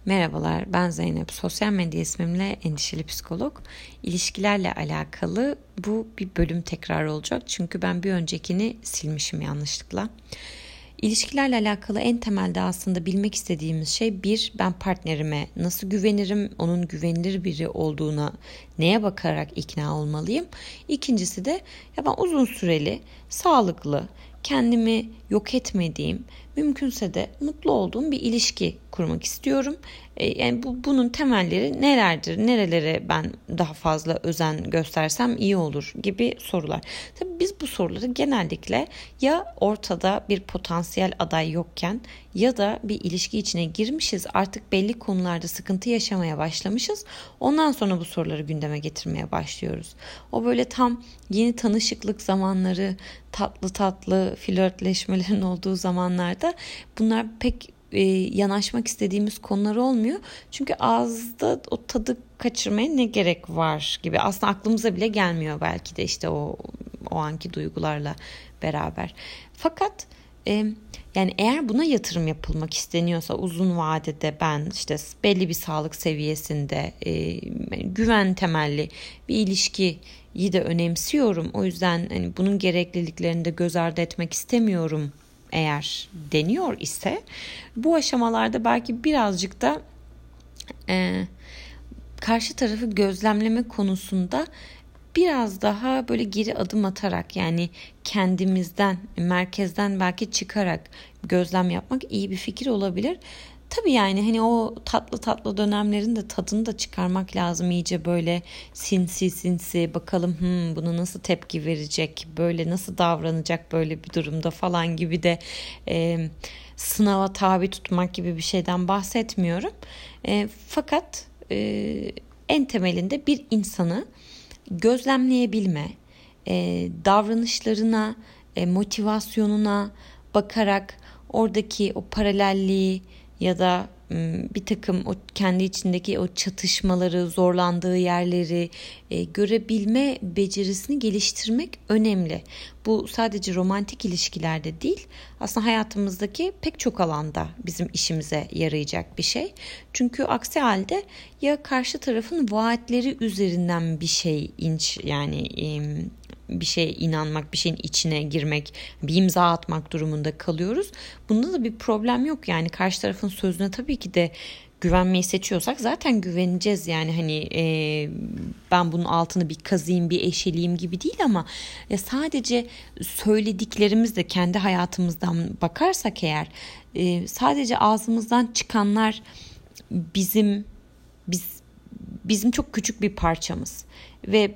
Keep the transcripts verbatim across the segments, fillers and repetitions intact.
Merhabalar, ben Zeynep. Sosyal medya ismimle endişeli psikolog. İlişkilerle alakalı bu bir bölüm tekrar olacak. Çünkü ben bir öncekini silmişim yanlışlıkla. İlişkilerle alakalı en temelde aslında bilmek istediğimiz şey bir, ben partnerime nasıl güvenirim, onun güvenilir biri olduğuna neye bakarak ikna olmalıyım. İkincisi de ya ben uzun süreli, sağlıklı, kendimi yok etmediğim, mümkünse de mutlu olduğum bir ilişki kurmak istiyorum. E, yani bu, bunun temelleri nelerdir, nerelere ben daha fazla özen göstersem iyi olur gibi sorular. Tabii biz bu soruları genellikle ya ortada bir potansiyel aday yokken ya da bir ilişki içine girmişiz, artık belli konularda sıkıntı yaşamaya başlamışız. Ondan sonra bu soruları gündeme getirmeye başlıyoruz. O böyle tam yeni tanışıklık zamanları, tatlı tatlı flörtleşmelerin olduğu zamanlarda bunlar pek e, yanaşmak istediğimiz konular olmuyor. Çünkü ağızda o tadı kaçırmaya ne gerek var gibi. Aslında aklımıza bile gelmiyor belki de işte o o anki duygularla beraber. Fakat e, yani eğer buna yatırım yapılmak isteniyorsa uzun vadede ben işte belli bir sağlık seviyesinde e, güven temelli bir ilişkiyi de önemsiyorum. O yüzden hani bunun gerekliliklerini de göz ardı etmek istemiyorum eğer deniyor ise bu aşamalarda belki birazcık da e, karşı tarafı gözlemleme konusunda biraz daha böyle geri adım atarak, yani kendimizden, merkezden belki çıkarak gözlem yapmak iyi bir fikir olabilir. Tabii yani hani o tatlı tatlı dönemlerin de tadını da çıkarmak lazım, iyice böyle sinsi sinsi bakalım hmm, buna nasıl tepki verecek, böyle nasıl davranacak böyle bir durumda falan gibi de e, sınava tabi tutmak gibi bir şeyden bahsetmiyorum. E, fakat e, en temelinde bir insanı gözlemleyebilme, e, davranışlarına, e, motivasyonuna bakarak oradaki o paralelliği ya da m, bir takım o kendi içindeki o çatışmaları, zorlandığı yerleri e, görebilme becerisini geliştirmek önemli. Bu sadece romantik ilişkilerde değil, aslında hayatımızdaki pek çok alanda bizim işimize yarayacak bir şey. Çünkü aksi halde ya karşı tarafın vaatleri üzerinden bir şey inç yani e, bir şeye inanmak, bir şeyin içine girmek, bir imza atmak durumunda kalıyoruz. Bunda da bir problem yok. Yani karşı tarafın sözüne tabii ki de güvenmeyi seçiyorsak zaten güveneceğiz. Yani hani e, ben bunun altını bir kazıyım, bir eşeleyeyim gibi değil ama ya sadece söylediklerimizde kendi hayatımızdan bakarsak eğer e, sadece ağzımızdan çıkanlar bizim biz bizim çok küçük bir parçamız ve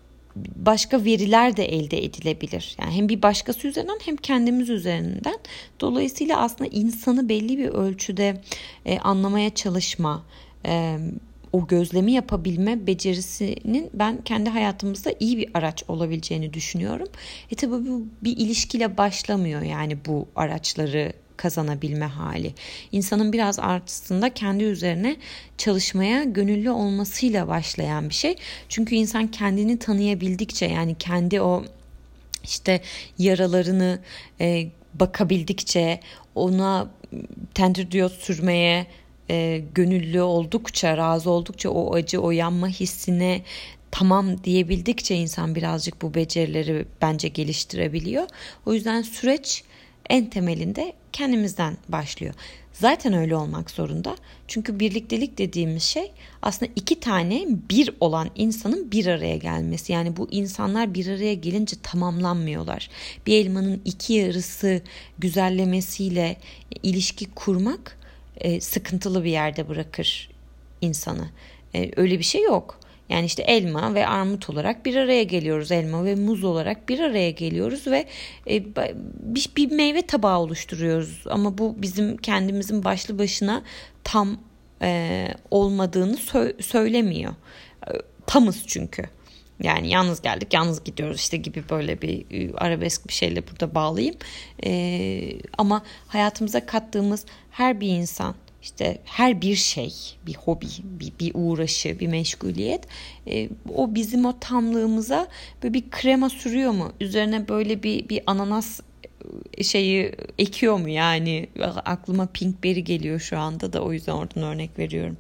başka veriler de elde edilebilir. Yani hem bir başkası üzerinden hem kendimiz üzerinden. Dolayısıyla aslında insanı belli bir ölçüde e, anlamaya çalışma, e, o gözlemi yapabilme becerisinin ben kendi hayatımızda iyi bir araç olabileceğini düşünüyorum. E tabii bu bir ilişkiyle başlamıyor, yani bu araçları kazanabilme hali. İnsanın biraz aslında kendi üzerine çalışmaya gönüllü olmasıyla başlayan bir şey. Çünkü insan kendini tanıyabildikçe, yani kendi o işte yaralarını e, bakabildikçe, ona tenderdiyot sürmeye e, gönüllü oldukça, razı oldukça, o acı, o yanma hissine tamam diyebildikçe insan birazcık bu becerileri bence geliştirebiliyor. O yüzden süreç en temelinde kendimizden başlıyor. Zaten öyle olmak zorunda. Çünkü birliktelik dediğimiz şey aslında iki tane bir olan insanın bir araya gelmesi. Yani bu insanlar bir araya gelince tamamlanmıyorlar. Bir elmanın iki yarısı güzellemesiyle ilişki kurmak e, sıkıntılı bir yerde bırakır insanı. E, öyle bir şey yok. Yani işte elma ve armut olarak bir araya geliyoruz. Elma ve muz olarak bir araya geliyoruz ve e, bir, bir meyve tabağı oluşturuyoruz. Ama bu bizim kendimizin başlı başına tam e, olmadığını sö- söylemiyor. E, tamız çünkü. Yani yalnız geldik, yalnız gidiyoruz işte gibi böyle bir arabesk bir şeyle burada bağlayayım. E, ama hayatımıza kattığımız her bir insan, İşte her bir şey, bir hobi, bir, bir uğraşı, bir meşguliyet, e, o bizim o tamlığımıza böyle bir krema sürüyor mu? Üzerine böyle bir bir ananas şeyi ekiyor mu yani? Aklıma Pinkberry geliyor şu anda da, o yüzden oradan örnek veriyorum.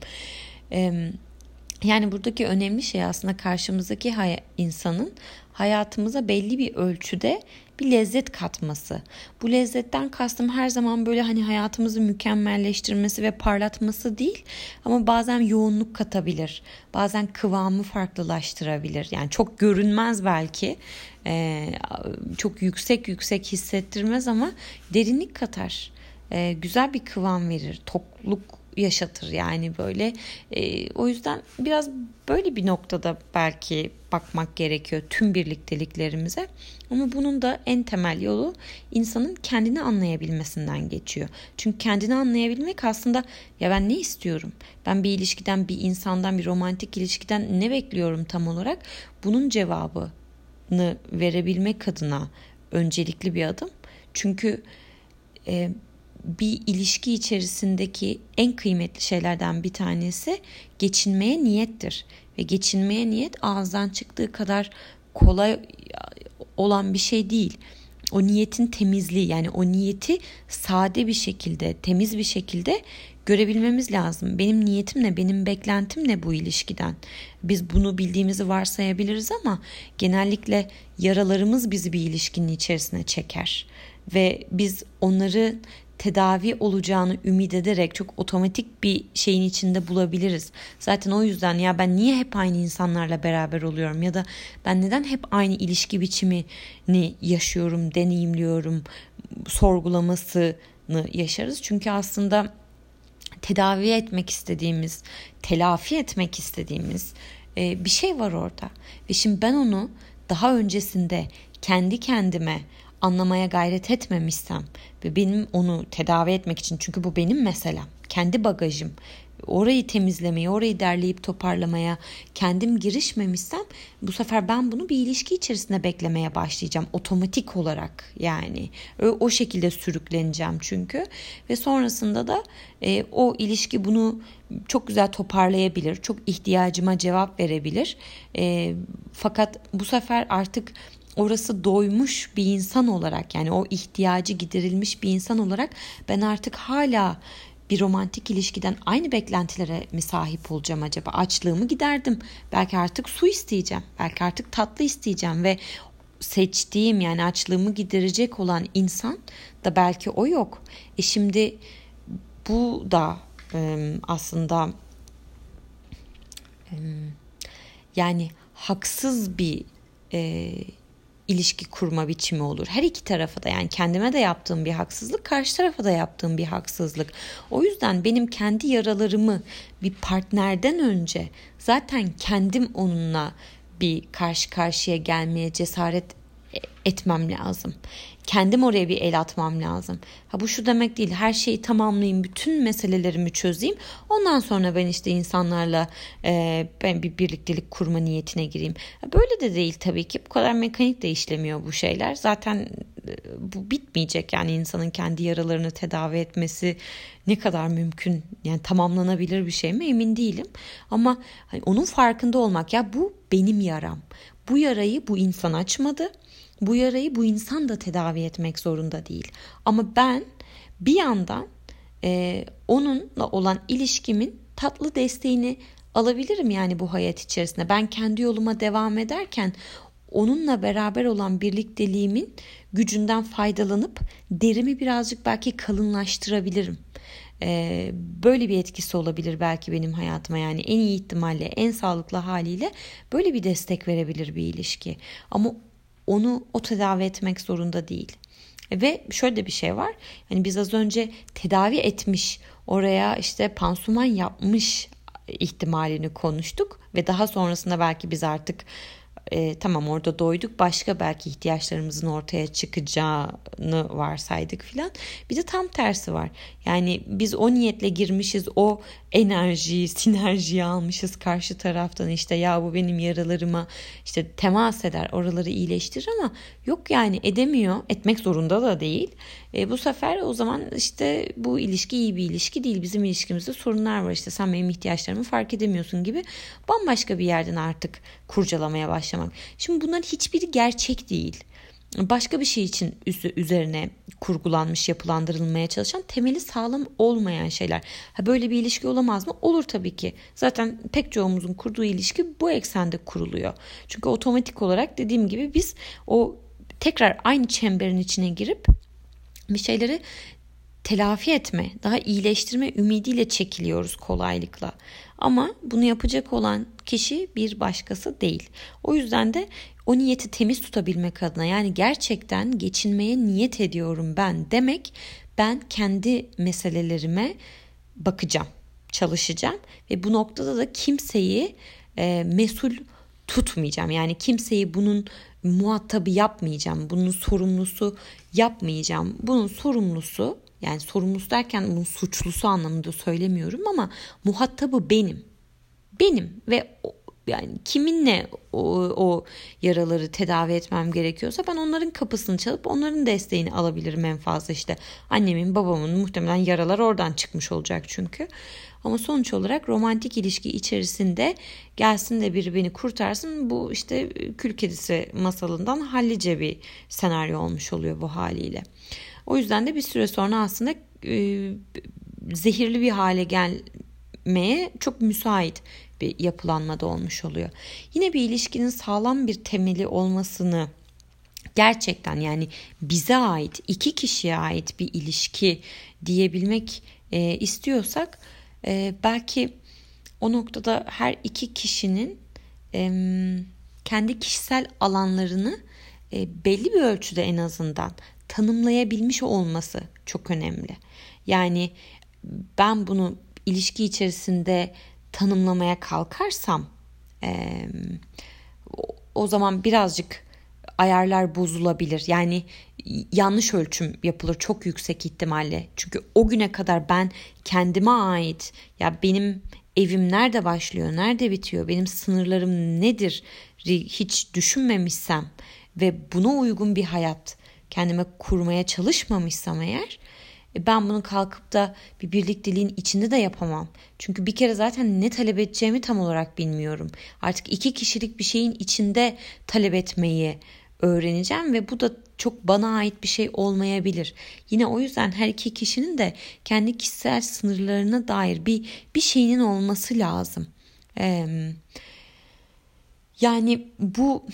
Ee, Yani buradaki önemli şey aslında karşımızdaki hay- insanın hayatımıza belli bir ölçüde bir lezzet katması. Bu lezzetten kastım her zaman böyle hani hayatımızı mükemmelleştirmesi ve parlatması değil, ama bazen yoğunluk katabilir. Bazen kıvamı farklılaştırabilir. Yani çok görünmez belki, e, çok yüksek yüksek hissettirmez ama derinlik katar. E, güzel bir kıvam verir, tokluk yaşatır yani böyle. E, o yüzden biraz böyle bir noktada belki bakmak gerekiyor tüm birlikteliklerimize. Ama bunun da en temel yolu insanın kendini anlayabilmesinden geçiyor. Çünkü kendini anlayabilmek aslında, ya ben ne istiyorum? Ben bir ilişkiden, bir insandan, bir romantik ilişkiden ne bekliyorum tam olarak? Bunun cevabını verebilmek adına öncelikli bir adım. Çünkü e, bir ilişki içerisindeki en kıymetli şeylerden bir tanesi geçinmeye niyettir. Ve geçinmeye niyet ağızdan çıktığı kadar kolay olan bir şey değil. O niyetin temizliği, yani o niyeti sade bir şekilde, temiz bir şekilde görebilmemiz lazım. Benim niyetim ne, benim beklentim ne bu ilişkiden? Biz bunu bildiğimizi varsayabiliriz ama genellikle yaralarımız bizi bir ilişkinin içerisine çeker. Ve biz onları tedavi olacağını ümit ederek çok otomatik bir şeyin içinde bulabiliriz. Zaten o yüzden ya ben niye hep aynı insanlarla beraber oluyorum ya da ben neden hep aynı ilişki biçimini yaşıyorum, deneyimliyorum, sorgulamasını yaşarız. Çünkü aslında tedavi etmek istediğimiz, telafi etmek istediğimiz bir şey var orada. Ve şimdi ben onu daha öncesinde kendi kendime anlamaya gayret etmemişsem ve benim onu tedavi etmek için, çünkü bu benim meselem, kendi bagajım, orayı temizlemeye, orayı derleyip toparlamaya kendim girişmemişsem, bu sefer ben bunu bir ilişki içerisinde beklemeye başlayacağım otomatik olarak. Yani o şekilde sürükleneceğim çünkü ve sonrasında da e, o ilişki bunu çok güzel toparlayabilir, çok ihtiyacıma cevap verebilir. E, fakat bu sefer artık orası doymuş bir insan olarak, yani o ihtiyacı giderilmiş bir insan olarak ben artık hala bir romantik ilişkiden aynı beklentilere mi sahip olacağım acaba? Açlığımı giderdim. Belki artık su isteyeceğim. Belki artık tatlı isteyeceğim ve seçtiğim, yani açlığımı giderecek olan insan da belki o yok. E şimdi bu da e, aslında e, yani haksız bir e, ilişki kurma biçimi olur. Her iki tarafa da, yani kendime de yaptığım bir haksızlık, karşı tarafa da yaptığım bir haksızlık. O yüzden benim kendi yaralarımı bir partnerden önce zaten kendim onunla bir karşı karşıya gelmeye cesaret etmem lazım. Kendim oraya bir el atmam lazım. Ha bu şu demek değil, her şeyi tamamlayayım, bütün meselelerimi çözeyim. Ondan sonra ben işte insanlarla e, ben bir birliktelik kurma niyetine gireyim. Böyle de değil tabii ki. Bu kadar mekanik de işlemiyor bu şeyler. Zaten e, bu bitmeyecek. Yani insanın kendi yaralarını tedavi etmesi ne kadar mümkün? Yani tamamlanabilir bir şey mi? Emin değilim. Ama hani onun farkında olmak, ya bu benim yaram. Bu yarayı bu insan açmadı. Bu yarayı bu insan da tedavi etmek zorunda değil. Ama ben bir yandan e, onunla olan ilişkimin tatlı desteğini alabilirim yani bu hayat içerisinde. Ben kendi yoluma devam ederken onunla beraber olan birlikteliğimin gücünden faydalanıp derimi birazcık belki kalınlaştırabilirim. Ee, böyle bir etkisi olabilir belki benim hayatıma, yani en iyi ihtimalle, en sağlıklı haliyle böyle bir destek verebilir bir ilişki. Ama onu o tedavi etmek zorunda değil. Ve şöyle de bir şey var. Hani biz az önce tedavi etmiş, oraya işte pansuman yapmış ihtimalini konuştuk ve daha sonrasında belki biz artık e, tamam orada doyduk, başka belki ihtiyaçlarımızın ortaya çıkacağını varsaydık filan. Bir de tam tersi var. Yani biz o niyetle girmişiz, o enerjiyi, sinerjiyi almışız karşı taraftan, işte ya bu benim yaralarıma işte temas eder, oraları iyileştirir, ama yok yani edemiyor, etmek zorunda da değil. E, bu sefer o zaman işte bu ilişki iyi bir ilişki değil, bizim ilişkimizde sorunlar var, işte sen benim ihtiyaçlarımı fark edemiyorsun gibi bambaşka bir yerden artık kurcalamaya başlamak. Şimdi bunların hiçbiri gerçek değil. başka bir şey için üzerine kurgulanmış, yapılandırılmaya çalışan, temeli sağlam olmayan şeyler. Ha, böyle bir ilişki olamaz mı? Olur tabii ki. Zaten pek çoğumuzun kurduğu ilişki bu eksende kuruluyor. Çünkü otomatik olarak dediğim gibi biz o tekrar aynı çemberin içine girip bir şeyleri telafi etme, daha iyileştirme ümidiyle çekiliyoruz kolaylıkla. Ama bunu yapacak olan kişi bir başkası değil. O yüzden de o niyeti temiz tutabilmek adına, yani gerçekten geçinmeye niyet ediyorum ben demek, ben kendi meselelerime bakacağım, çalışacağım ve bu noktada da kimseyi e, mesul tutmayacağım. Yani kimseyi bunun muhatabı yapmayacağım, bunun sorumlusu yapmayacağım. Bunun sorumlusu, yani sorumlusu derken bunun suçlusu anlamında söylemiyorum ama muhatabı benim. Benim ve o, yani kiminle o, o yaraları tedavi etmem gerekiyorsa ben onların kapısını çalıp onların desteğini alabilirim en fazla. İşte annemin, babamın muhtemelen yaralar oradan çıkmış olacak çünkü. Ama sonuç olarak romantik ilişki içerisinde gelsin de biri beni kurtarsın, bu işte Kül Kedisi masalından hallice bir senaryo olmuş oluyor bu haliyle. O yüzden de bir süre sonra aslında e, zehirli bir hale gelmeye çok müsait bir yapılanmada olmuş oluyor. Yine bir ilişkinin sağlam bir temeli olmasını, gerçekten yani bize ait, iki kişiye ait bir ilişki diyebilmek e, istiyorsak e, belki o noktada her iki kişinin e, kendi kişisel alanlarını e, belli bir ölçüde en azından tanımlayabilmiş olması çok önemli. Yani ben bunu ilişki içerisinde tanımlamaya kalkarsam e, o zaman birazcık ayarlar bozulabilir. Yani yanlış ölçüm yapılır çok yüksek ihtimalle. Çünkü o güne kadar ben kendime ait, ya benim evim nerede başlıyor, nerede bitiyor, benim sınırlarım nedir hiç düşünmemişsem ve buna uygun bir hayat kendime kurmaya çalışmamışsam eğer, ben bunu kalkıp da bir birlikteliğin içinde de yapamam. Çünkü bir kere zaten ne talep edeceğimi tam olarak bilmiyorum. Artık iki kişilik bir şeyin içinde talep etmeyi öğreneceğim ve bu da çok bana ait bir şey olmayabilir. Yine o yüzden her iki kişinin de kendi kişisel sınırlarına dair bir bir şeyinin olması lazım. Ee, yani bu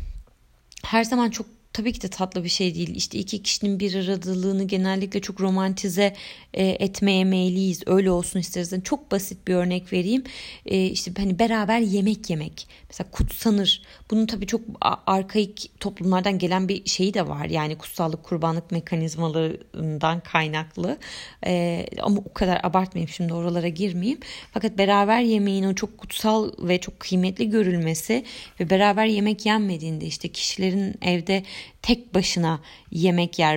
her zaman çok tabii ki de tatlı bir şey değil. İşte iki kişinin bir aradalığını genellikle çok romantize e, etmeye meyilliyiz. Öyle olsun isteriz. Yani çok basit bir örnek vereyim. E, işte hani beraber yemek yemek. Mesela kutsanır. Bunun tabii çok arkaik toplumlardan gelen bir şeyi de var. Yani kutsallık, kurbanlık mekanizmalarından kaynaklı. E, ama o kadar abartmayayım, şimdi oralara girmeyeyim. Fakat beraber yemeğin o çok kutsal ve çok kıymetli görülmesi ve beraber yemek yenmediğinde işte kişilerin evde tek başına yemek yer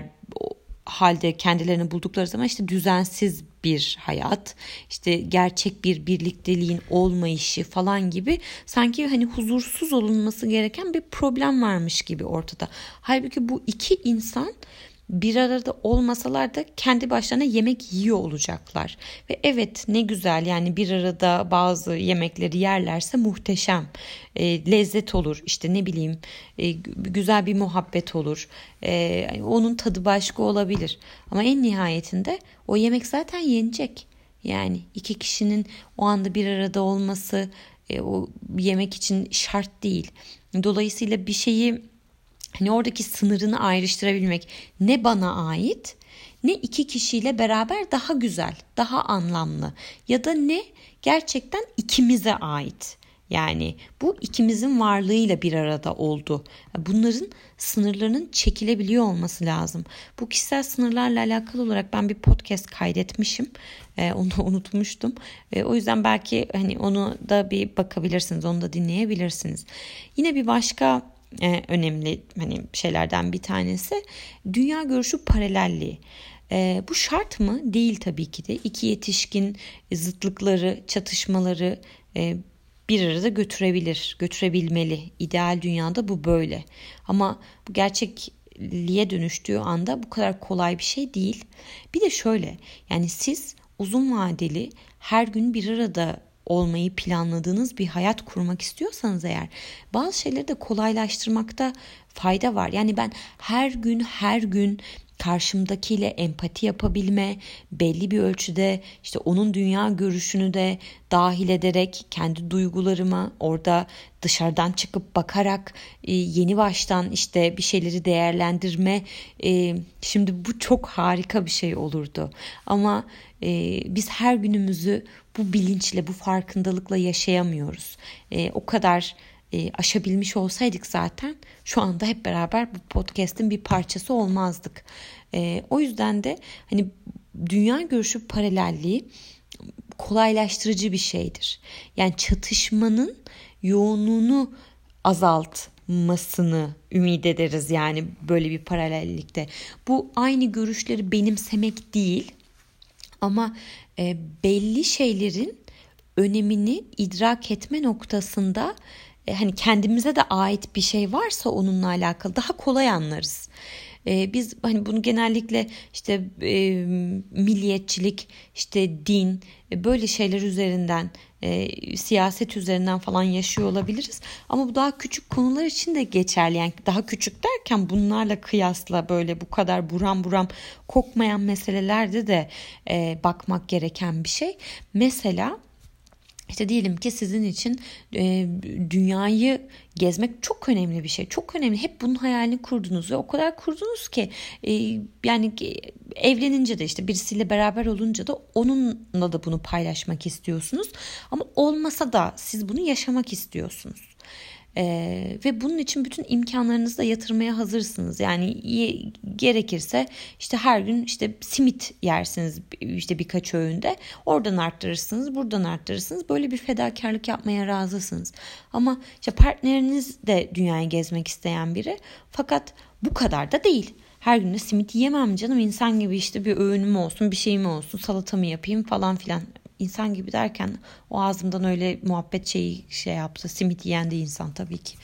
halde kendilerini buldukları zaman işte düzensiz bir hayat, işte gerçek bir birlikteliğin olmayışı falan gibi, sanki hani huzursuz olunması gereken bir problem varmış gibi ortada. Halbuki bu iki insan bir arada olmasalar da kendi başlarına yemek yiyor olacaklar. Ve evet, ne güzel, yani bir arada bazı yemekleri yerlerse muhteşem. E, lezzet olur, işte ne bileyim e, güzel bir muhabbet olur. E, onun tadı başka olabilir. Ama en nihayetinde o yemek zaten yenecek. Yani iki kişinin o anda bir arada olması e, o yemek için şart değil. Dolayısıyla bir şeyi, hani oradaki sınırını ayrıştırabilmek, ne bana ait, ne iki kişiyle beraber daha güzel, daha anlamlı, ya da ne gerçekten ikimize ait. Yani bu ikimizin varlığıyla bir arada oldu. Bunların sınırlarının çekilebiliyor olması lazım. Bu kişisel sınırlarla alakalı olarak ben bir podcast kaydetmişim. Ee, onu unutmuştum. Ee, o yüzden belki hani onu da bir bakabilirsiniz, onu da dinleyebilirsiniz. Yine bir başka Ee, önemli hani şeylerden bir tanesi dünya görüşü paralelliği. Ee, bu şart mı? Değil tabii ki de. İki yetişkin zıtlıkları, çatışmaları e, bir arada götürebilir, götürebilmeli. İdeal dünyada bu böyle. Ama bu gerçekliğe dönüştüğü anda bu kadar kolay bir şey değil. Bir de şöyle, yani siz uzun vadeli her gün bir arada olmayı planladığınız bir hayat kurmak istiyorsanız eğer, bazı şeyleri de kolaylaştırmakta fayda var. Yani ben her gün her gün karşımdakiyle empati yapabilme, belli bir ölçüde işte onun dünya görüşünü de dahil ederek kendi duygularıma orada dışarıdan çıkıp bakarak yeni baştan işte bir şeyleri değerlendirme, şimdi bu çok harika bir şey olurdu. Ama biz her günümüzü bu bilinçle, bu farkındalıkla yaşayamıyoruz. O kadar aşabilmiş olsaydık zaten şu anda hep beraber bu podcast'in bir parçası olmazdık. E, o yüzden de hani dünya görüşü paralelliği kolaylaştırıcı bir şeydir. Yani çatışmanın yoğunluğunu azaltmasını ümit ederiz yani böyle bir paralellikte. Bu aynı görüşleri benimsemek değil ama e, belli şeylerin önemini idrak etme noktasında hani kendimize de ait bir şey varsa onunla alakalı daha kolay anlarız. Ee, biz hani bunu genellikle işte e, milliyetçilik, işte din, e, böyle şeyler üzerinden, e, siyaset üzerinden falan yaşıyor olabiliriz. Ama bu daha küçük konular için de geçerli. Yani daha küçük derken bunlarla kıyasla böyle bu kadar buram buram kokmayan meselelerde de e, bakmak gereken bir şey. Mesela İşte diyelim ki sizin için e, dünyayı gezmek çok önemli bir şey. Çok önemli. Hep bunun hayalini kurdunuz ve o kadar kurdunuz ki e, yani evlenince de işte birisiyle beraber olunca da onunla da bunu paylaşmak istiyorsunuz. Ama olmasa da siz bunu yaşamak istiyorsunuz. Ee, ve bunun için bütün imkanlarınızı da yatırmaya hazırsınız. Yani gerekirse işte her gün işte simit yersiniz işte birkaç öğünde. Oradan arttırırsınız, buradan arttırırsınız. Böyle bir fedakarlık yapmaya razısınız. Ama işte partneriniz de dünyayı gezmek isteyen biri. Fakat bu kadar da değil. Her gün de simit yiyemem canım, insan gibi işte bir öğünüm olsun, bir şeyim olsun, salatamı yapayım falan filan. İnsan gibi derken o ağzımdan öyle muhabbet şeyi şey yaptı. Simit yiyen de insan tabii ki.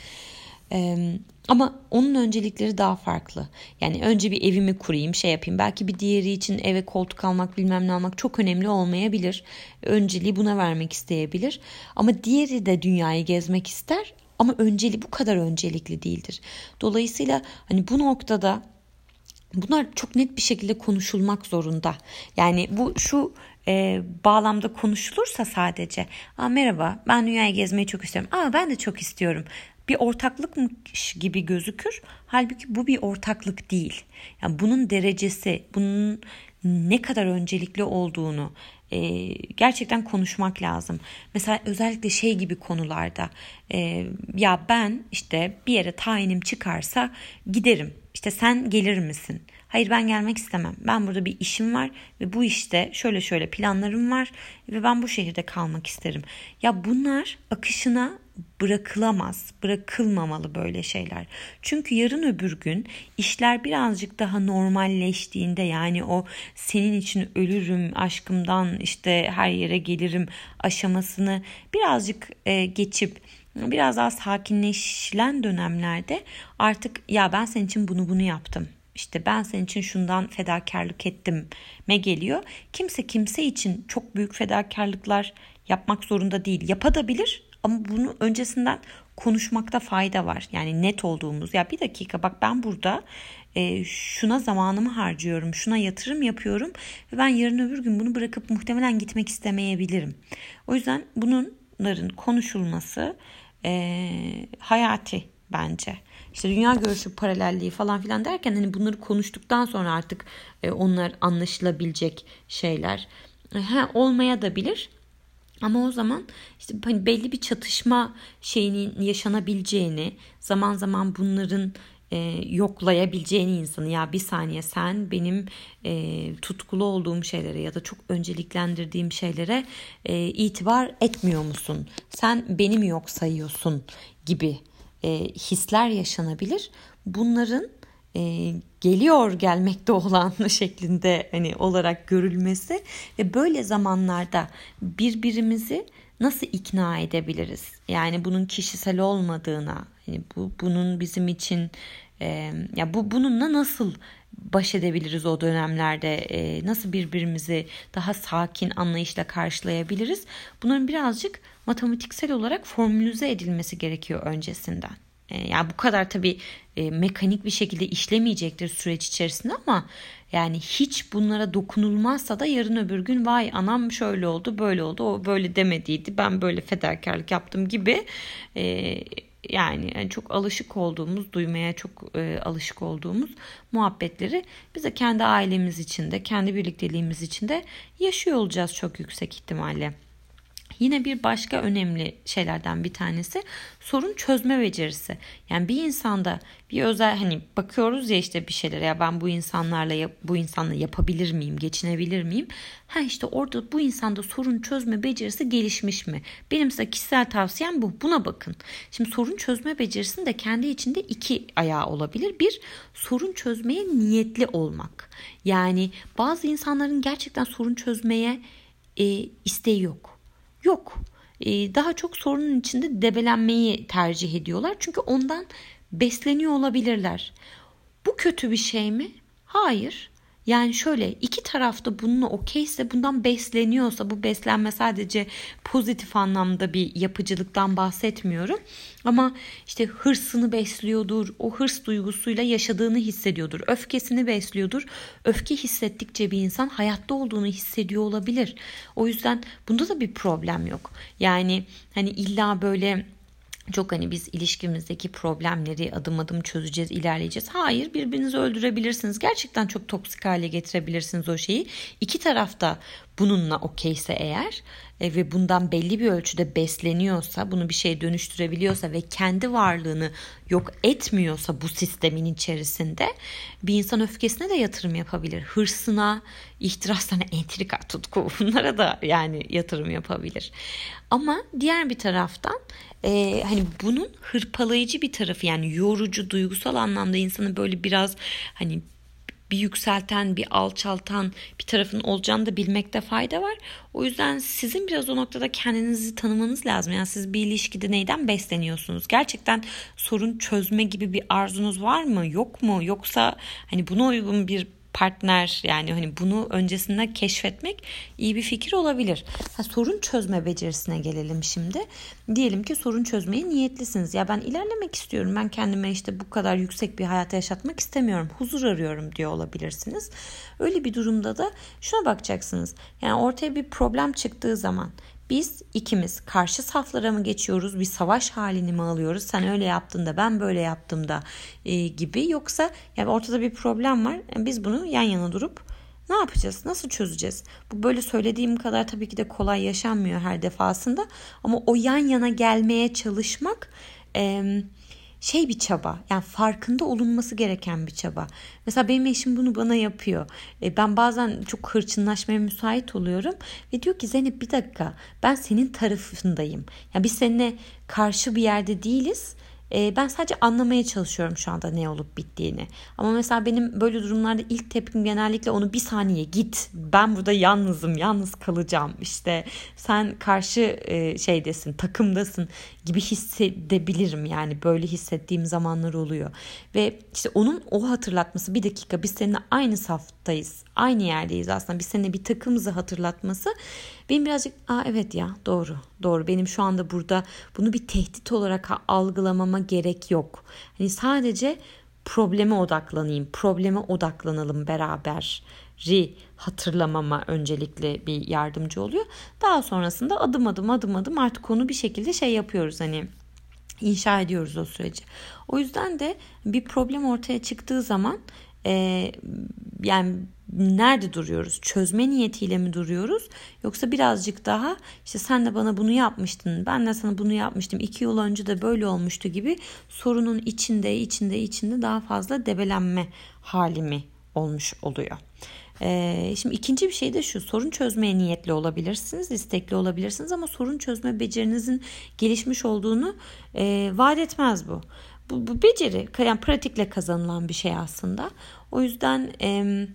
Ee, ama onun öncelikleri daha farklı. Yani önce bir evimi kurayım, şey yapayım. Belki bir diğeri için eve koltuk almak, bilmem ne almak çok önemli olmayabilir. Önceliği buna vermek isteyebilir. Ama diğeri de dünyayı gezmek ister. Ama önceliği bu kadar öncelikli değildir. Dolayısıyla hani bu noktada bunlar çok net bir şekilde konuşulmak zorunda. Yani bu şu e, bağlamda konuşulursa sadece, Aa, merhaba ben dünyayı gezmeyi çok istiyorum. Aa, ben de çok istiyorum. Bir ortaklıkmış gibi gözükür. Halbuki bu bir ortaklık değil. Yani bunun derecesi, bunun ne kadar öncelikli olduğunu e, gerçekten konuşmak lazım. Mesela özellikle şey gibi konularda e, ya ben işte bir yere tayinim çıkarsa giderim. İşte sen gelir misin? Hayır, ben gelmek istemem. Ben burada bir işim var ve bu işte şöyle şöyle planlarım var ve ben bu şehirde kalmak isterim. Ya bunlar akışına bırakılamaz, bırakılmamalı böyle şeyler. Çünkü yarın öbür gün işler birazcık daha normalleştiğinde, yani o senin için ölürüm, aşkımdan işte her yere gelirim aşamasını birazcık e, geçip biraz daha sakinleşilen dönemlerde artık ya ben senin için bunu bunu yaptım, İşte ben senin için şundan fedakarlık ettim me geliyor. Kimse kimse için çok büyük fedakarlıklar yapmak zorunda değil. Yapabilir ama bunu öncesinden konuşmakta fayda var. Yani net olduğumuz, ya bir dakika bak ben burada e, şuna zamanımı harcıyorum, şuna yatırım yapıyorum ve ben yarın öbür gün bunu bırakıp muhtemelen gitmek istemeyebilirim. O yüzden bunların konuşulması e, hayati bence. İşte dünya görüşü paralelliği falan filan derken hani bunları konuştuktan sonra artık e, onlar anlaşılabilecek şeyler. Ha, olmaya da bilir. Ama o zaman işte hani belli bir çatışma şeyinin yaşanabileceğini, zaman zaman bunların e, yoklayabileceğini insanı, ya bir saniye sen benim e, tutkulu olduğum şeylere ya da çok önceliklendirdiğim şeylere e, itibar etmiyor musun? Sen beni mi yok sayıyorsun gibi e, hisler yaşanabilir. Bunların e, geliyor gelmekte olan şeklinde hani olarak görülmesi ve böyle zamanlarda birbirimizi nasıl ikna edebiliriz? Yani bunun kişisel olmadığına, yani bu bunun bizim için e, ya bu bununla nasıl baş edebiliriz o dönemlerde? E, nasıl birbirimizi daha sakin anlayışla karşılayabiliriz? Bunların birazcık matematiksel olarak formülize edilmesi gerekiyor öncesinden. E, yani bu kadar tabii e, mekanik bir şekilde işlemeyecektir süreç içerisinde ama yani hiç bunlara dokunulmazsa da yarın öbür gün vay anam şöyle oldu böyle oldu o böyle demediydi ben böyle fedakarlık yaptım gibi e, yani, yani çok alışık olduğumuz duymaya çok e, alışık olduğumuz muhabbetleri biz de kendi ailemiz içinde kendi birlikteliğimiz içinde yaşıyor olacağız çok yüksek ihtimalle. Yine bir başka önemli şeylerden bir tanesi sorun çözme becerisi. Yani bir insanda bir özel hani bakıyoruz ya işte bir şeylere ya ben bu insanlarla bu insanla yapabilir miyim, geçinebilir miyim? Ha işte orada bu insanda sorun çözme becerisi gelişmiş mi? Benim size kişisel tavsiyem bu. Buna bakın. Şimdi sorun çözme becerisinin de kendi içinde iki ayağı olabilir. Bir, sorun çözmeye niyetli olmak. Yani bazı insanların gerçekten sorun çözmeye e, isteği yok. Yok. Daha çok sorunun içinde debelenmeyi tercih ediyorlar. Çünkü ondan besleniyor olabilirler. Bu kötü bir şey mi? Hayır. Yani şöyle iki tarafta bununla okeyse bundan besleniyorsa bu beslenme sadece pozitif anlamda bir yapıcılıktan bahsetmiyorum. Ama işte hırsını besliyordur, o hırs duygusuyla yaşadığını hissediyordur, öfkesini besliyordur. Öfke hissettikçe bir insan hayatta olduğunu hissediyor olabilir. O yüzden bunda da bir problem yok. Yani hani illa böyle çok hani biz ilişkimizdeki problemleri adım adım çözeceğiz, ilerleyeceğiz. Hayır, birbirinizi öldürebilirsiniz. Gerçekten çok toksik hale getirebilirsiniz o şeyi. İki tarafta bununla okeyse eğer e, ve bundan belli bir ölçüde besleniyorsa, bunu bir şeye dönüştürebiliyorsa ve kendi varlığını yok etmiyorsa bu sistemin içerisinde bir insan öfkesine de yatırım yapabilir. Hırsına, ihtiraslarına, entrika, tutku bunlara da yani yatırım yapabilir. Ama diğer bir taraftan Ee, hani bunun hırpalayıcı bir tarafı yani yorucu duygusal anlamda insanı böyle biraz hani bir yükselten bir alçaltan bir tarafın olacağını da bilmekte fayda var. O yüzden sizin biraz o noktada kendinizi tanımanız lazım. Yani siz bir ilişkide neyden besleniyorsunuz? Gerçekten sorun çözme gibi bir arzunuz var mı? Yok mu? Yoksa hani buna uygun bir partner yani hani bunu öncesinde keşfetmek iyi bir fikir olabilir. Ha, sorun çözme becerisine gelelim şimdi. Diyelim ki sorun çözmeye niyetlisiniz. Ya ben ilerlemek istiyorum. Ben kendime işte bu kadar yüksek bir hayata yaşatmak istemiyorum. Huzur arıyorum diyor olabilirsiniz. Öyle bir durumda da şuna bakacaksınız. Yani ortaya bir problem çıktığı zaman biz ikimiz karşı saflara mı geçiyoruz? Bir savaş halini mi alıyoruz? Sen öyle yaptın da ben böyle yaptım da e, gibi. Yoksa yani ortada bir problem var. Yani biz bunu yan yana durup ne yapacağız? Nasıl çözeceğiz? Bu böyle söylediğim kadar tabii ki de kolay yaşanmıyor her defasında. Ama o yan yana gelmeye çalışmak E, şey bir çaba yani farkında olunması gereken bir çaba. Mesela benim eşim bunu bana yapıyor. E, ben bazen çok hırçınlaşmaya müsait oluyorum ve diyor ki Zeynep bir dakika ben senin tarafındayım. Yani biz seninle karşı bir yerde değiliz. E, ben sadece anlamaya çalışıyorum şu anda ne olup bittiğini. Ama mesela benim böyle durumlarda ilk tepkim genellikle onu bir saniye git. Ben burada yalnızım, yalnız kalacağım. İşte sen karşı e, şeydesin, takımdasın gibi hissedebilirim. Yani böyle hissettiğim zamanlar oluyor. Ve işte onun o hatırlatması bir dakika biz seninle aynı saftayız. Aynı yerdeyiz aslında. Biz seninle bir takımızı hatırlatması benim birazcık aa evet ya doğru doğru benim şu anda burada bunu bir tehdit olarak algılamama gerek yok. Hani sadece probleme odaklanayım, probleme odaklanalım beraber ri hatırlamama öncelikle bir yardımcı oluyor. Daha sonrasında adım adım adım adım artık onu bir şekilde şey yapıyoruz hani inşa ediyoruz o süreci. O yüzden de bir problem ortaya çıktığı zaman e, yani nerede duruyoruz? Çözme niyetiyle mi duruyoruz? Yoksa birazcık daha işte sen de bana bunu yapmıştın, ben de sana bunu yapmıştım, iki yıl önce de böyle olmuştu gibi sorunun içinde içinde içinde daha fazla debelenme hali mi olmuş oluyor? Ee, şimdi ikinci bir şey de şu, sorun çözmeye niyetli olabilirsiniz, istekli olabilirsiniz ama sorun çözme becerinizin gelişmiş olduğunu e, vaat etmez bu. Bu, bu beceri yani pratikle kazanılan bir şey aslında. O yüzden e,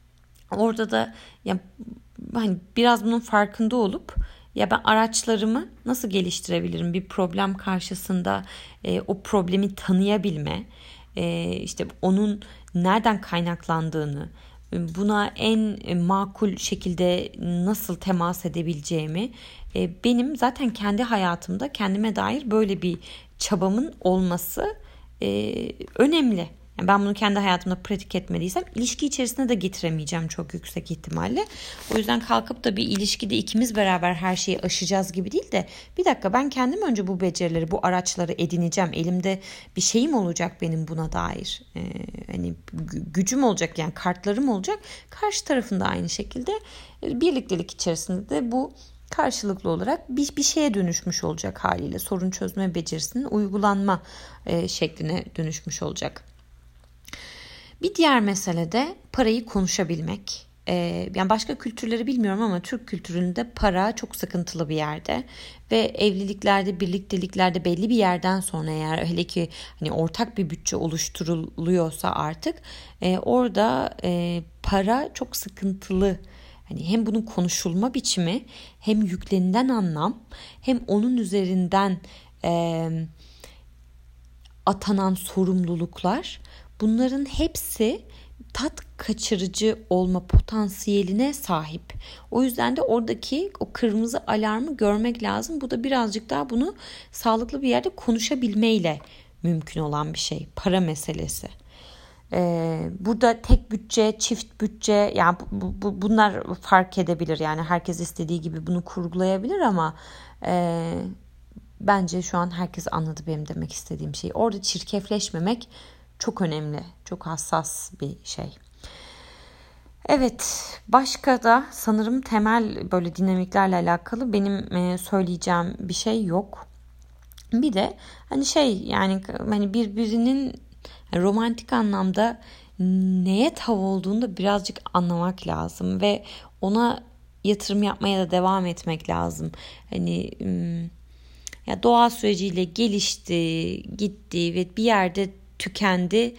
orada da ya hani biraz bunun farkında olup ya ben araçlarımı nasıl geliştirebilirim bir problem karşısında e, o problemi tanıyabilme e, işte onun nereden kaynaklandığını, buna en makul şekilde nasıl temas edebileceğimi, e, benim zaten kendi hayatımda kendime dair böyle bir çabamın olması e, önemli. Yani ben bunu kendi hayatımda pratik etmediysem ilişki içerisine de getiremeyeceğim çok yüksek ihtimalle. O yüzden kalkıp da bir ilişkide ikimiz beraber her şeyi aşacağız gibi değil de bir dakika, ben kendim önce bu becerileri, bu araçları edineceğim. Elimde bir şeyim olacak benim buna dair. Ee, hani gücüm olacak, yani kartlarım olacak. Karşı tarafında aynı şekilde birliktelik içerisinde de bu karşılıklı olarak bir, bir şeye dönüşmüş olacak haliyle. Sorun çözme becerisinin uygulanma e, şekline dönüşmüş olacak. Bir diğer mesele de parayı konuşabilmek. Ee, yani başka kültürleri bilmiyorum ama Türk kültüründe para çok sıkıntılı bir yerde ve evliliklerde, birlikteliklerde belli bir yerden sonra, eğer hele ki hani ortak bir bütçe oluşturuluyorsa artık e, orada e, para çok sıkıntılı. Hani hem bunun konuşulma biçimi, hem yüklenilen anlam, hem onun üzerinden e, atanan sorumluluklar, bunların hepsi tat kaçırıcı olma potansiyeline sahip. O yüzden de oradaki o kırmızı alarmı görmek lazım. Bu da birazcık daha bunu sağlıklı bir yerde konuşabilmeyle mümkün olan bir şey. Para meselesi. Ee, burada tek bütçe, çift bütçe, yani bu, bu, bunlar fark edebilir. Yani herkes istediği gibi bunu kurgulayabilir ama e, bence şu an herkes anladı benim demek istediğim şeyi. Orada çirkefleşmemek çok önemli, çok hassas bir şey. Evet, başka da sanırım temel böyle dinamiklerle alakalı benim e, söyleyeceğim bir şey yok. Bir de hani şey, yani hani birbirinin romantik anlamda neye tav olduğunu da birazcık anlamak lazım ve ona yatırım yapmaya da devam etmek lazım. Hani ya doğa süreciyle gelişti, gitti ve bir yerde tükendi.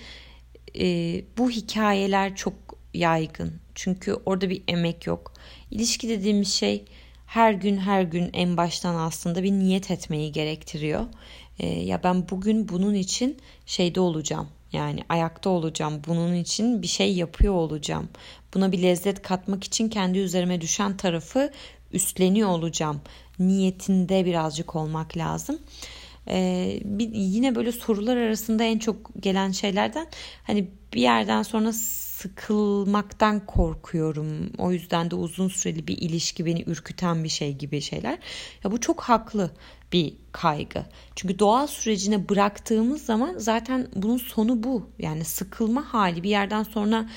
E, bu hikayeler çok yaygın. Çünkü orada bir emek yok. İlişki dediğimiz şey her gün her gün en baştan aslında bir niyet etmeyi gerektiriyor. E, ya ben bugün bunun için şeyde olacağım. Yani ayakta olacağım. Bunun için bir şey yapıyor olacağım. Buna bir lezzet katmak için kendi üzerime düşen tarafı üstleniyor olacağım. Niyetinde birazcık olmak lazım. Ee, bir, yine böyle sorular arasında en çok gelen şeylerden hani bir yerden sonra sıkılmaktan korkuyorum. O yüzden de uzun süreli bir ilişki beni ürküten bir şey gibi şeyler. Ya bu çok haklı bir kaygı. Çünkü doğal sürecine bıraktığımız zaman zaten bunun sonu bu. Yani sıkılma hali bir yerden sonra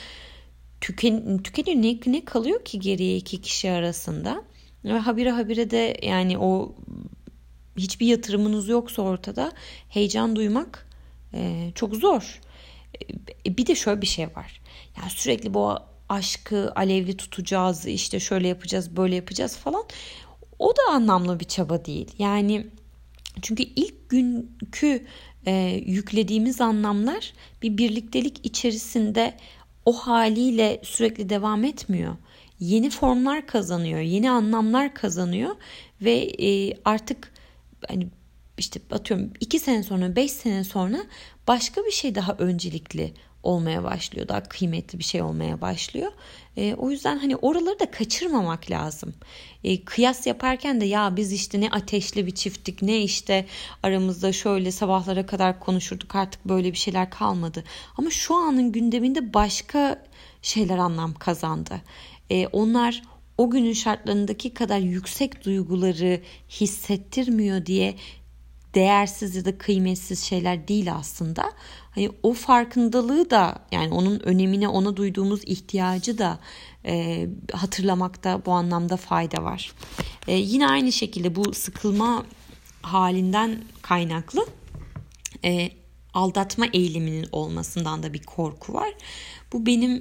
tüken, tükeniyor. Ne, ne kalıyor ki geriye iki kişi arasında? Ve habire habire de yani o hiçbir yatırımınız yoksa ortada heyecan duymak e, çok zor. E, bir de şöyle bir şey var. Yani sürekli bu aşkı alevli tutacağız, işte şöyle yapacağız, böyle yapacağız falan. O da anlamlı bir çaba değil. Yani çünkü ilk günkü e, yüklediğimiz anlamlar bir birliktelik içerisinde o haliyle sürekli devam etmiyor. Yeni formlar kazanıyor, yeni anlamlar kazanıyor ve e, artık hani işte atıyorum iki sene sonra, beş sene sonra başka bir şey daha öncelikli olmaya başlıyor. Daha kıymetli bir şey olmaya başlıyor. E, o yüzden hani oraları da kaçırmamak lazım. E, kıyas yaparken de ya biz işte ne ateşli bir çifttik, ne işte aramızda şöyle sabahlara kadar konuşurduk, artık böyle bir şeyler kalmadı. Ama şu anın gündeminde başka şeyler anlam kazandı. E, onlar o günün şartlarındaki kadar yüksek duyguları hissettirmiyor diye değersiz ya da kıymetsiz şeyler değil aslında. Hani o farkındalığı da, yani onun önemine, ona duyduğumuz ihtiyacı da e, hatırlamakta bu anlamda fayda var. E, yine aynı şekilde bu sıkılma halinden kaynaklı e, aldatma eğiliminin olmasından da bir korku var. Bu benim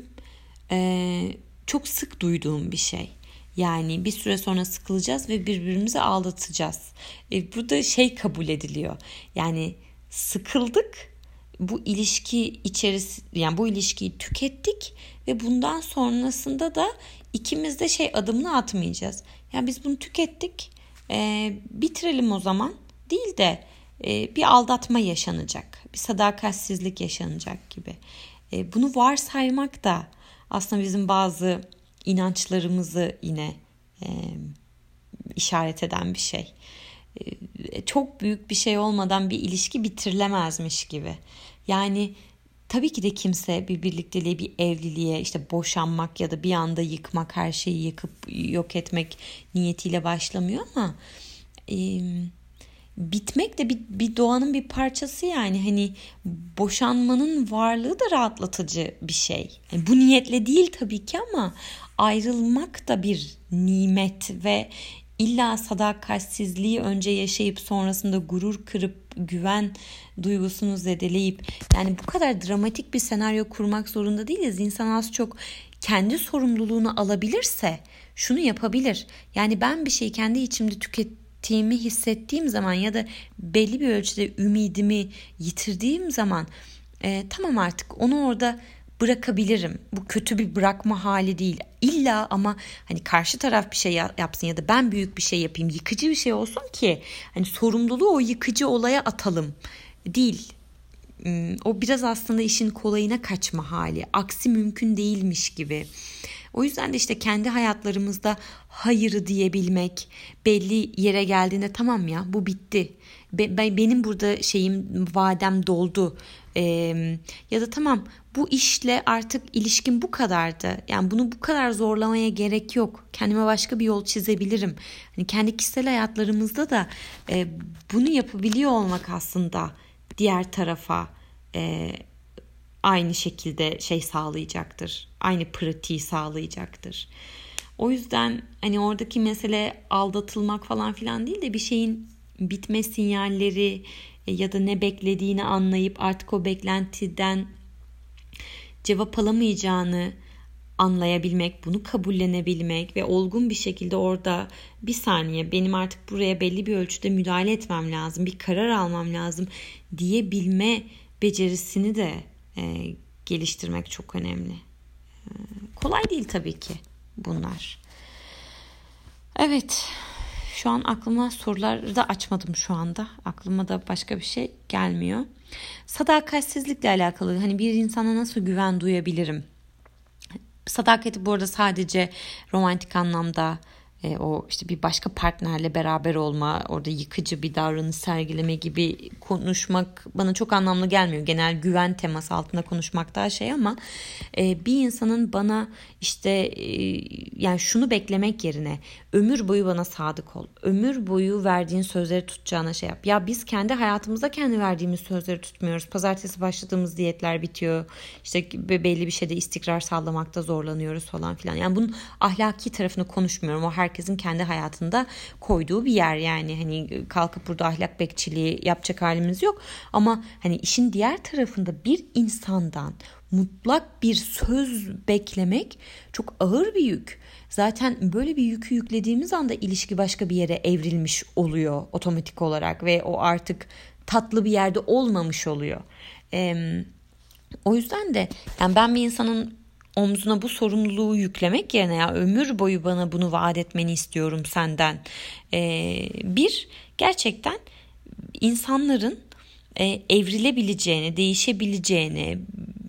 e, çok sık duyduğum bir şey. Yani bir süre sonra sıkılacağız ve birbirimizi aldatacağız. E, burada şey kabul ediliyor. Yani sıkıldık, bu ilişki içerisi, yani bu ilişkiyi tükettik ve bundan sonrasında da ikimiz de şey adımını atmayacağız. Yani biz bunu tükettik, e, bitirelim o zaman değil de e, bir aldatma yaşanacak, bir sadakatsizlik yaşanacak gibi. E, bunu varsaymak da aslında bizim bazı inançlarımızı yine e, işaret eden bir şey. E, çok büyük bir şey olmadan bir ilişki bitirilemezmiş gibi. Yani tabii ki de kimse bir birlikteliğe, bir evliliğe işte boşanmak ya da bir anda yıkmak, her şeyi yıkıp yok etmek niyetiyle başlamıyor ama e, bitmek de bir, bir doğanın bir parçası yani. Hani boşanmanın varlığı da rahatlatıcı bir şey. Yani bu niyetle değil tabii ki ama ayrılmak da bir nimet ve illa sadakatsizliği önce yaşayıp sonrasında gurur kırıp güven duygusunu zedeleyip, yani bu kadar dramatik bir senaryo kurmak zorunda değiliz. İnsan az çok kendi sorumluluğunu alabilirse şunu yapabilir. Yani ben bir şeyi kendi içimde tükettiğimi hissettiğim zaman ya da belli bir ölçüde ümidimi yitirdiğim zaman e, tamam artık onu orada bırakabilirim. Bu kötü bir bırakma hali değil. İlla ama hani karşı taraf bir şey yapsın ya da ben büyük bir şey yapayım, yıkıcı bir şey olsun ki hani sorumluluğu o yıkıcı olaya atalım değil. O biraz aslında işin kolayına kaçma hali. Aksi mümkün değilmiş gibi. O yüzden de işte kendi hayatlarımızda hayır diyebilmek, belli yere geldiğinde tamam ya bu bitti. Be- benim burada şeyim, vadem doldu. Ee, ya da tamam bu işle artık ilişkim bu kadardı. Yani bunu bu kadar zorlamaya gerek yok. Kendime başka bir yol çizebilirim. Hani kendi kişisel hayatlarımızda da e, bunu yapabiliyor olmak aslında diğer tarafa e, aynı şekilde şey sağlayacaktır. Aynı pratiği sağlayacaktır. O yüzden hani oradaki mesele aldatılmak falan filan değil de bir şeyin bitme sinyalleri ya da ne beklediğini anlayıp artık o beklentiden cevap alamayacağını anlayabilmek, bunu kabullenebilmek ve olgun bir şekilde orada bir saniye benim artık buraya belli bir ölçüde müdahale etmem lazım, bir karar almam lazım diyebilme becerisini de e, geliştirmek çok önemli. E, kolay değil tabii ki bunlar. Evet, şu an aklıma soruları da açmadım şu anda. Aklıma da başka bir şey gelmiyor. Sadakatsizlikle alakalı hani bir insana nasıl güven duyabilirim? Sadakati bu arada sadece romantik anlamda e, o işte bir başka partnerle beraber olma, orada yıkıcı bir davranış sergileme gibi konuşmak bana çok anlamlı gelmiyor. Genel güven teması altında konuşmak daha şey ama e, bir insanın bana işte e, yani şunu beklemek yerine ömür boyu bana sadık ol. Ömür boyu verdiğin sözleri tutacağına şey yap. Ya biz kendi hayatımızda kendi verdiğimiz sözleri tutmuyoruz. Pazartesi başladığımız diyetler bitiyor. İşte belli bir şeyde istikrar sağlamakta zorlanıyoruz falan filan. Yani bunun ahlaki tarafını konuşmuyorum. O herkesin kendi hayatında koyduğu bir yer yani. Hani kalkıp burada ahlak bekçiliği yapacak halimiz yok. Ama hani işin diğer tarafında bir insandan mutlak bir söz beklemek çok ağır bir yük. Zaten böyle bir yükü yüklediğimiz anda ilişki başka bir yere evrilmiş oluyor otomatik olarak ve o artık tatlı bir yerde olmamış oluyor. Ee, o yüzden de yani ben bir insanın omzuna bu sorumluluğu yüklemek yerine ya ömür boyu bana bunu vaat etmeni istiyorum senden. Ee, bir gerçekten insanların e, evrilebileceğini, değişebileceğini,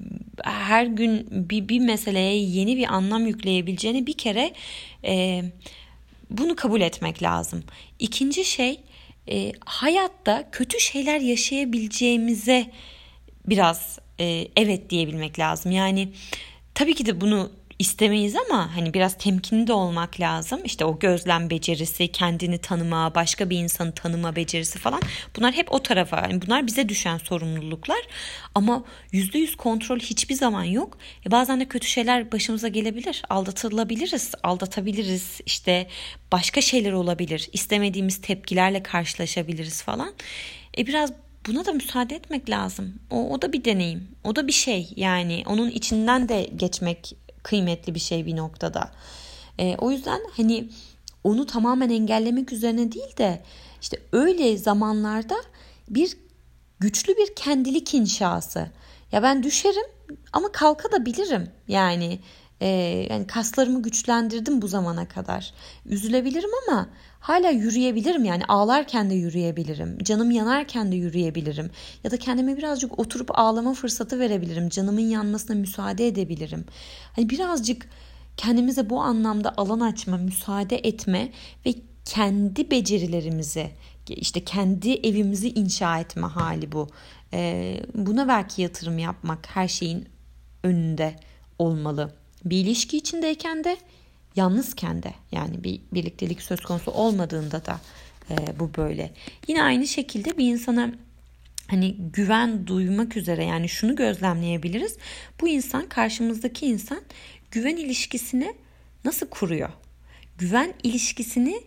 her gün bir, bir meseleye yeni bir anlam yükleyebileceğini bir kere e, bunu kabul etmek lazım. İkinci şey e, hayatta kötü şeyler yaşayabileceğimize biraz e, evet diyebilmek lazım. Yani tabii ki de bunu istemeyiz ama hani biraz temkinli de olmak lazım. İşte o gözlem becerisi, kendini tanıma, başka bir insanı tanıma becerisi falan. Bunlar hep o tarafa. Yani bunlar bize düşen sorumluluklar. Ama yüzde yüz kontrol hiçbir zaman yok. E bazen de kötü şeyler başımıza gelebilir. Aldatılabiliriz, aldatabiliriz. İşte başka şeyler olabilir. İstemediğimiz tepkilerle karşılaşabiliriz falan. E biraz buna da müsaade etmek lazım. O, o da bir deneyim. O da bir şey. Yani onun içinden de geçmek kıymetli bir şey bir noktada. E, o yüzden hani onu tamamen engellemek üzerine değil de işte öyle zamanlarda bir güçlü bir kendilik inşası. Ya ben düşerim ama kalkabilirim. Yani Ee, yani kaslarımı güçlendirdim bu zamana kadar. Üzülebilirim ama hala yürüyebilirim, yani ağlarken de yürüyebilirim. Canım yanarken de yürüyebilirim. Ya da kendime birazcık oturup ağlama fırsatı verebilirim. Canımın yanmasına müsaade edebilirim. Hani birazcık kendimize bu anlamda alan açma, müsaade etme ve kendi becerilerimizi, işte kendi evimizi inşa etme hali bu. Ee, buna belki yatırım yapmak her şeyin önünde olmalı. Bir ilişki içindeyken de, yalnızken de, yani bir birliktelik söz konusu olmadığında da e, bu böyle. Yine aynı şekilde bir insana hani güven duymak üzere, yani şunu gözlemleyebiliriz. Bu insan, karşımızdaki insan güven ilişkisini nasıl kuruyor? Güven ilişkisini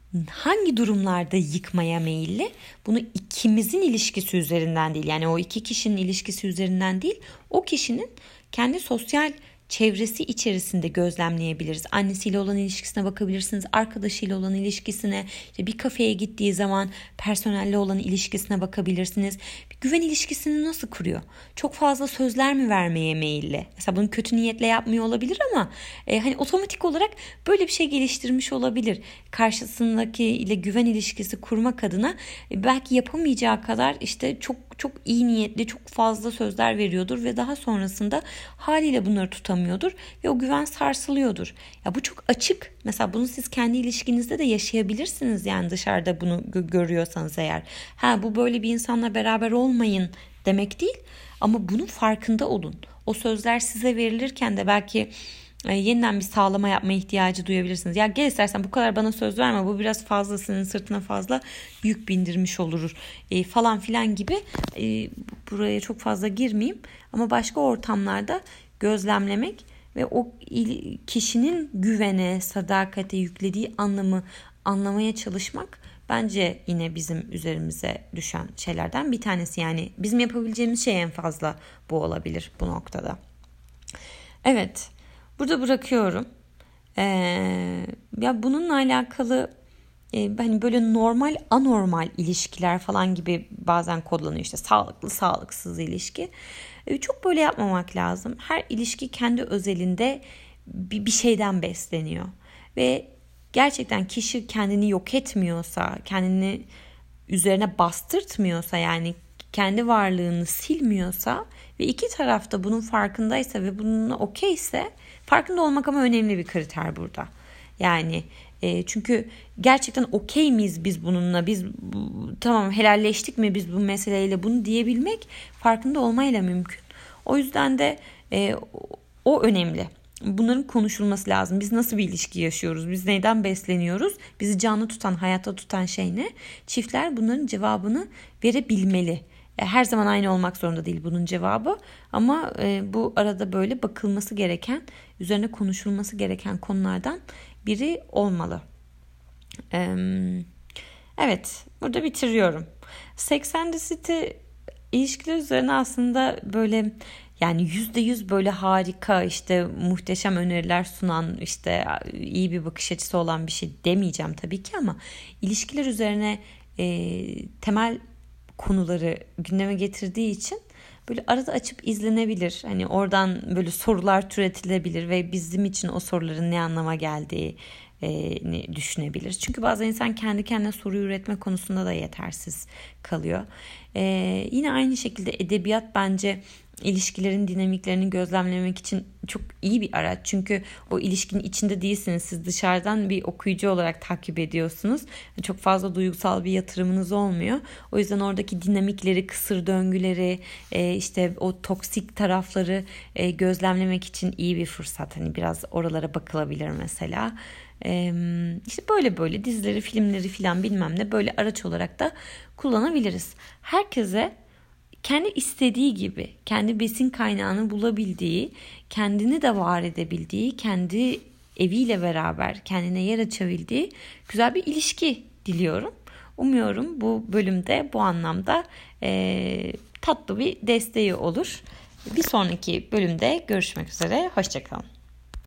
hangi durumlarda yıkmaya meyilli? Bunu ikimizin ilişkisi üzerinden değil, yani o iki kişinin ilişkisi üzerinden değil, o kişinin kendi sosyal çevresi içerisinde gözlemleyebiliriz. Annesiyle olan ilişkisine bakabilirsiniz, arkadaşıyla olan ilişkisine, işte bir kafeye gittiği zaman personelle olan ilişkisine bakabilirsiniz. Bir güven ilişkisini nasıl kuruyor? Çok fazla sözler mi vermeye meyilli? Mesela bunu kötü niyetle yapmıyor olabilir ama e, hani otomatik olarak böyle bir şey geliştirmiş olabilir. Karşısındaki ile güven ilişkisi kurmak adına e, belki yapamayacağı kadar işte çok çok iyi niyetli, çok fazla sözler veriyordur ve daha sonrasında haliyle bunları tutamıyordur ve o güven sarsılıyordur. Ya bu çok açık. Mesela bunu siz kendi ilişkinizde de yaşayabilirsiniz, yani dışarıda bunu gö- görüyorsanız eğer. Ha, bu böyle bir insanla beraber olmayın demek değil ama bunun farkında olun. O sözler size verilirken de belki e, yeniden bir sağlama yapma ihtiyacı duyabilirsiniz. Ya gel istersen, bu kadar bana söz verme, bu biraz fazla, senin sırtına fazla yük bindirmiş oluruz e, falan filan gibi. E, buraya çok fazla girmeyeyim ama başka ortamlarda gözlemlemek ve o kişinin güvene, sadakate yüklediği anlamı anlamaya çalışmak bence yine bizim üzerimize düşen şeylerden bir tanesi. Yani bizim yapabileceğimiz şey en fazla bu olabilir bu noktada. Evet, burada bırakıyorum. Ee, ya bununla alakalı e, hani böyle normal, anormal ilişkiler falan gibi bazen kodlanıyor, işte sağlıklı, sağlıksız ilişki. E, çok böyle yapmamak lazım. Her ilişki kendi özelinde bir, bir şeyden besleniyor ve gerçekten kişi kendini yok etmiyorsa, kendini üzerine bastırtmıyorsa, yani kendi varlığını silmiyorsa ve iki taraf da bunun farkındaysa ve bununla okeyse, farkında olmak ama önemli bir kriter burada. Yani e, çünkü gerçekten okey miyiz biz bununla, biz bu, tamam helalleştik mi biz bu meseleyle, bunu diyebilmek farkında olmayla mümkün. O yüzden de e, o önemli. Bunların konuşulması lazım. Biz nasıl bir ilişki yaşıyoruz? Biz neyden besleniyoruz? Bizi canlı tutan, hayatta tutan şey ne? Çiftler bunların cevabını verebilmeli. Her zaman aynı olmak zorunda değil bunun cevabı. Ama bu arada böyle bakılması gereken, üzerine konuşulması gereken konulardan biri olmalı. Evet, burada bitiriyorum. Sex and the City ilişkiler üzerine aslında böyle, yani yüzde yüz böyle harika, işte muhteşem öneriler sunan, işte iyi bir bakış açısı olan bir şey demeyeceğim tabii ki, ama ilişkiler üzerine e, temel konuları gündeme getirdiği için böyle arada açıp izlenebilir. Hani oradan böyle sorular türetilebilir ve bizim için o soruların ne anlama geldiği e, düşünebilir. Çünkü bazen insan kendi kendine soru üretme konusunda da yetersiz kalıyor. E, yine aynı şekilde edebiyat bence ilişkilerin dinamiklerini gözlemlemek için çok iyi bir araç. Çünkü o ilişkinin içinde değilsiniz. Siz dışarıdan bir okuyucu olarak takip ediyorsunuz. Çok fazla duygusal bir yatırımınız olmuyor. O yüzden oradaki dinamikleri, kısır döngüleri, işte o toksik tarafları gözlemlemek için iyi bir fırsat. Hani biraz oralara bakılabilir mesela. İşte böyle böyle dizileri, filmleri filan bilmem ne böyle araç olarak da kullanabiliriz. Herkese kendi istediği gibi, kendi besin kaynağını bulabildiği, kendini de var edebildiği, kendi eviyle beraber kendine yer açabildiği güzel bir ilişki diliyorum. Umuyorum bu bölümde bu anlamda e, tatlı bir desteği olur. Bir sonraki bölümde görüşmek üzere. Hoşça kalın.